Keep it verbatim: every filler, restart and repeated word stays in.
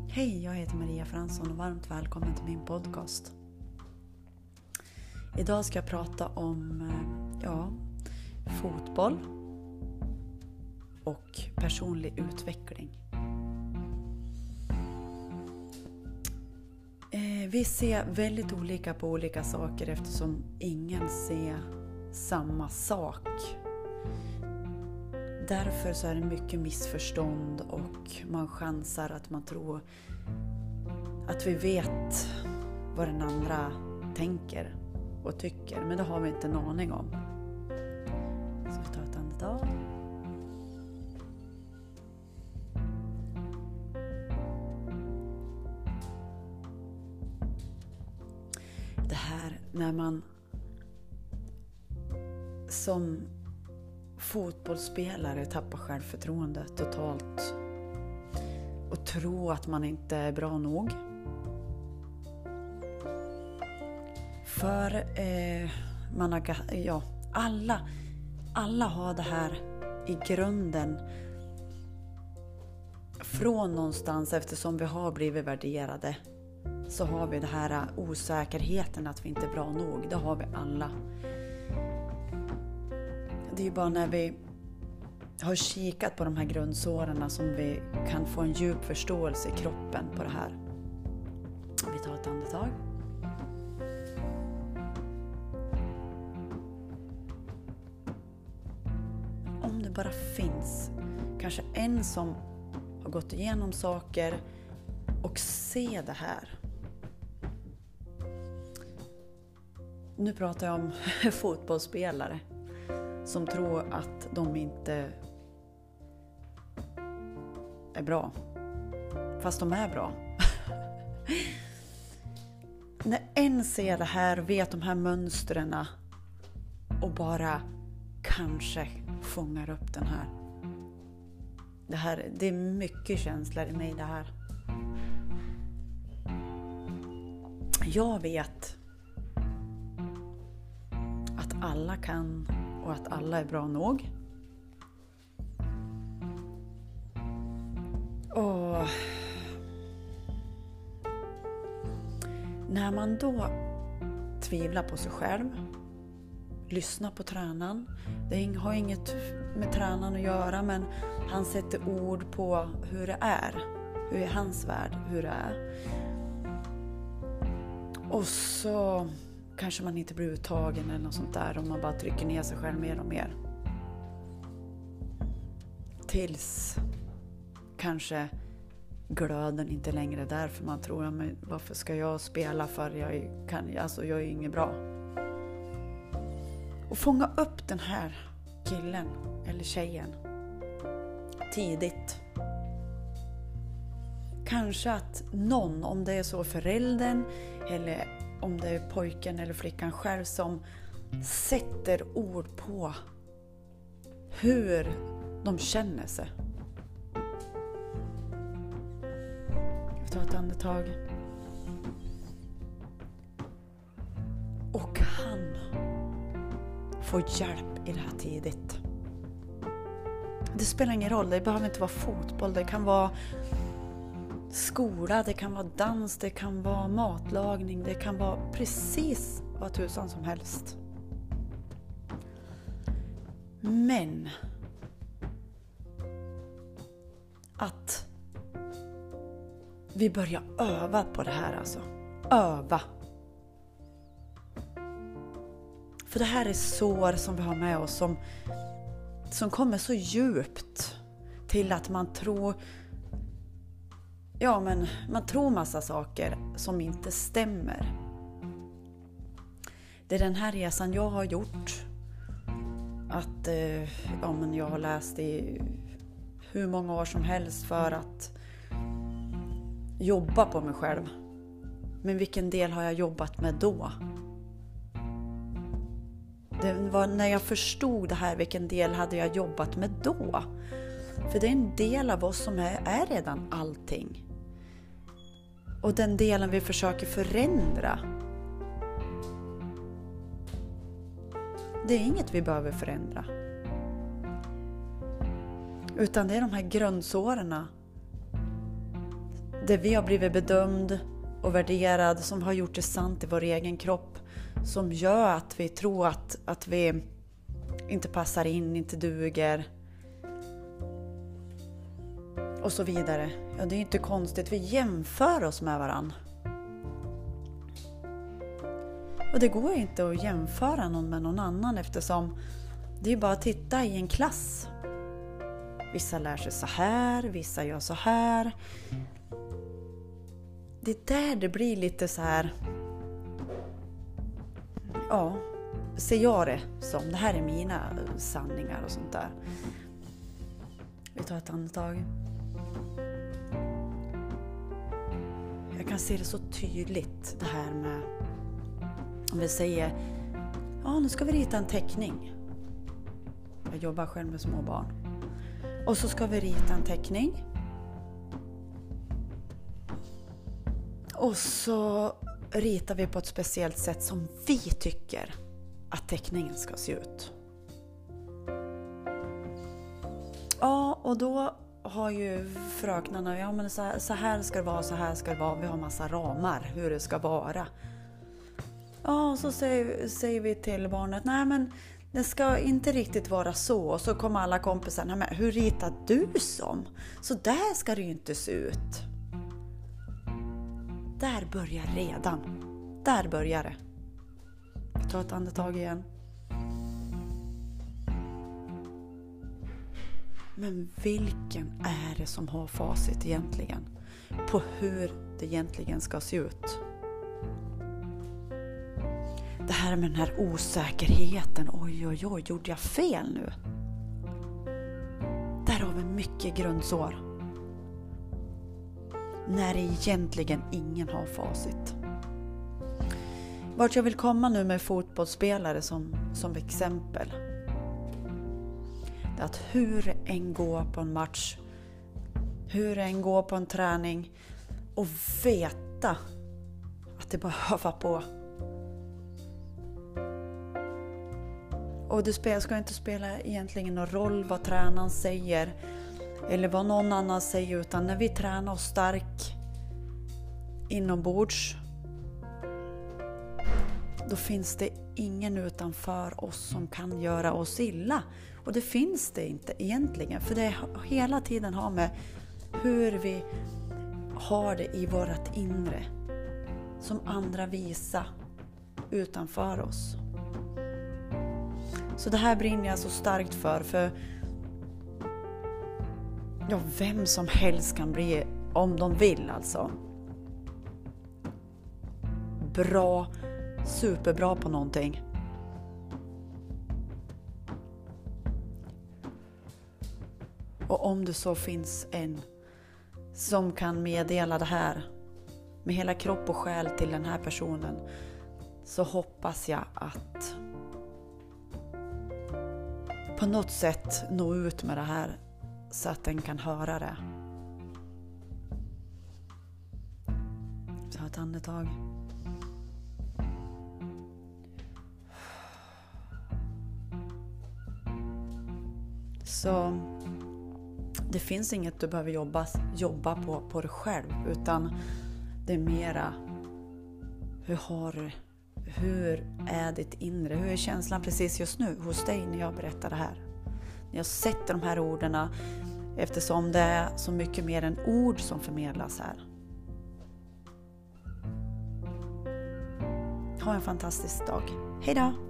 Hej, jag heter Maria Fransson och varmt välkommen till min podcast. Idag ska jag prata om ja, fotboll och personlig utveckling. Vi ser väldigt olika på olika saker eftersom ingen ser samma sak. Därför så är det mycket missförstånd och man chansar att man tror att vi vet vad den andra tänker och tycker. Men det har vi inte en aning om. Så vi tar ett andetag. Det här när man som fotbollsspelare tappar självförtroende totalt och tror att man inte är bra nog. För eh, man har, ja, alla, alla har det här i grunden från någonstans, eftersom vi har blivit värderade. Så har vi det här osäkerheten att vi inte är bra nog. Det har vi alla. Det är ju bara när vi har kikat på de här grundsårarna som vi kan få en djup förståelse i kroppen på det här. Vi tar ett andetag. Om det bara finns kanske en som har gått igenom saker och se det här. Nu pratar jag om fotbollsspelare som tror att de inte är bra. Fast de är bra. När en ser det här, vet de här mönstren och bara kanske fångar upp den här. Det här, det är mycket känslor i mig det här. Jag vet att alla kan och att alla är bra nog. Och när man då tvivlar på sig själv, lyssnar på tränaren. Det har inget med tränaren att göra, men han sätter ord på hur det är. Hur är hans värld, hur det är. Och så kanske man inte blir uttagen eller något sånt där, om man bara trycker ner sig själv mer och mer. Tills kanske glöden inte längre är där, för man tror, ja, men varför ska jag spela, för jag kan, alltså jag är ju inget bra. Och fånga upp den här killen eller tjejen tidigt. Kanske att någon, om det är så föräldern eller om det är pojken eller flickan själv, som sätter ord på hur de känner sig. Jag tar ett andetag. Och han får hjälp i det här tidigt. Det spelar ingen roll, det behöver inte vara fotboll, det kan vara skola, det kan vara dans, det kan vara matlagning, det kan vara precis vad tusan som helst. Men att vi börjar öva på det här, alltså. Öva. För det här är sår som vi har med oss som, som kommer så djupt till att man tror Ja, men man tror massa saker som inte stämmer. Det är den här resan jag har gjort. Att ja, men jag har läst i hur många år som helst för att jobba på mig själv. Men vilken del har jag jobbat med då? Det var när jag förstod det här, vilken del hade jag jobbat med då? För det är en del av oss som är, är redan allting. Och den delen vi försöker förändra, det är inget vi behöver förändra. Utan det är de här grundsårarna där vi har blivit bedömd och värderad, som har gjort det sant i vår egen kropp, som gör att vi tror att, att vi inte passar in, inte duger och så vidare. Ja, det är inte konstigt, vi jämför oss med varann. Och det går inte att jämföra någon med någon annan, eftersom det är bara att titta i en klass. Vissa lär sig så här, vissa gör så här. Det är där det blir lite så här, ja, ser jag det som. Det här är mina sanningar och sånt där. Vi tar ett andetag. Jag kan se det så tydligt, det här med, om vi säger, ja, nu ska vi rita en teckning. Jag jobbar själv med små barn. Och så ska vi rita en teckning. Och så ritar vi på ett speciellt sätt som vi tycker att teckningen ska se ut. Ja, och då har ju fröknarna, ja men så här, så här ska det vara, så här ska det vara. Vi har massa ramar hur det ska vara. Ja, och så säger, säger vi till barnet, nej men det ska inte riktigt vara så. Och så kommer alla kompisar, nej men hur ritar du som? Så där ska det ju inte se ut. Där börjar redan. Där börjar det. Ta ett andetag igen. Men vilken är det som har facit egentligen? På hur det egentligen ska se ut? Det här med den här osäkerheten. Oj, oj, oj, gjorde jag fel nu? Där har vi mycket grundsår. När det egentligen ingen har facit. Vart jag vill komma nu med fotbollsspelare som, som exempel. Det är att hur en går på en match, hur en går på en träning och veta att det behöver på. Och det ska inte spela egentligen någon roll vad tränaren säger eller vad någon annan säger, utan när vi tränar oss stark inombords, då finns det ingen utanför oss som kan göra oss illa. Och det finns det inte egentligen, för det hela tiden har med hur vi har det i vårt inre som andra visar utanför oss. Så det här brinner jag så starkt för, för ja, vem som helst kan bli, om de vill alltså, bra, superbra på någonting. Och om det så finns en som kan meddela det här med hela kropp och själ till den här personen, så hoppas jag att på något sätt nå ut med det här så att den kan höra det. Ta ett andetag. Så det finns inget du behöver jobba, jobba på, på dig själv, utan det är mera hur har du, hur är ditt inre, hur är känslan precis just nu hos dig när jag berättar det här. När jag sätter de här orden, eftersom det är så mycket mer än ord som förmedlas här. Ha en fantastisk dag. Hej då!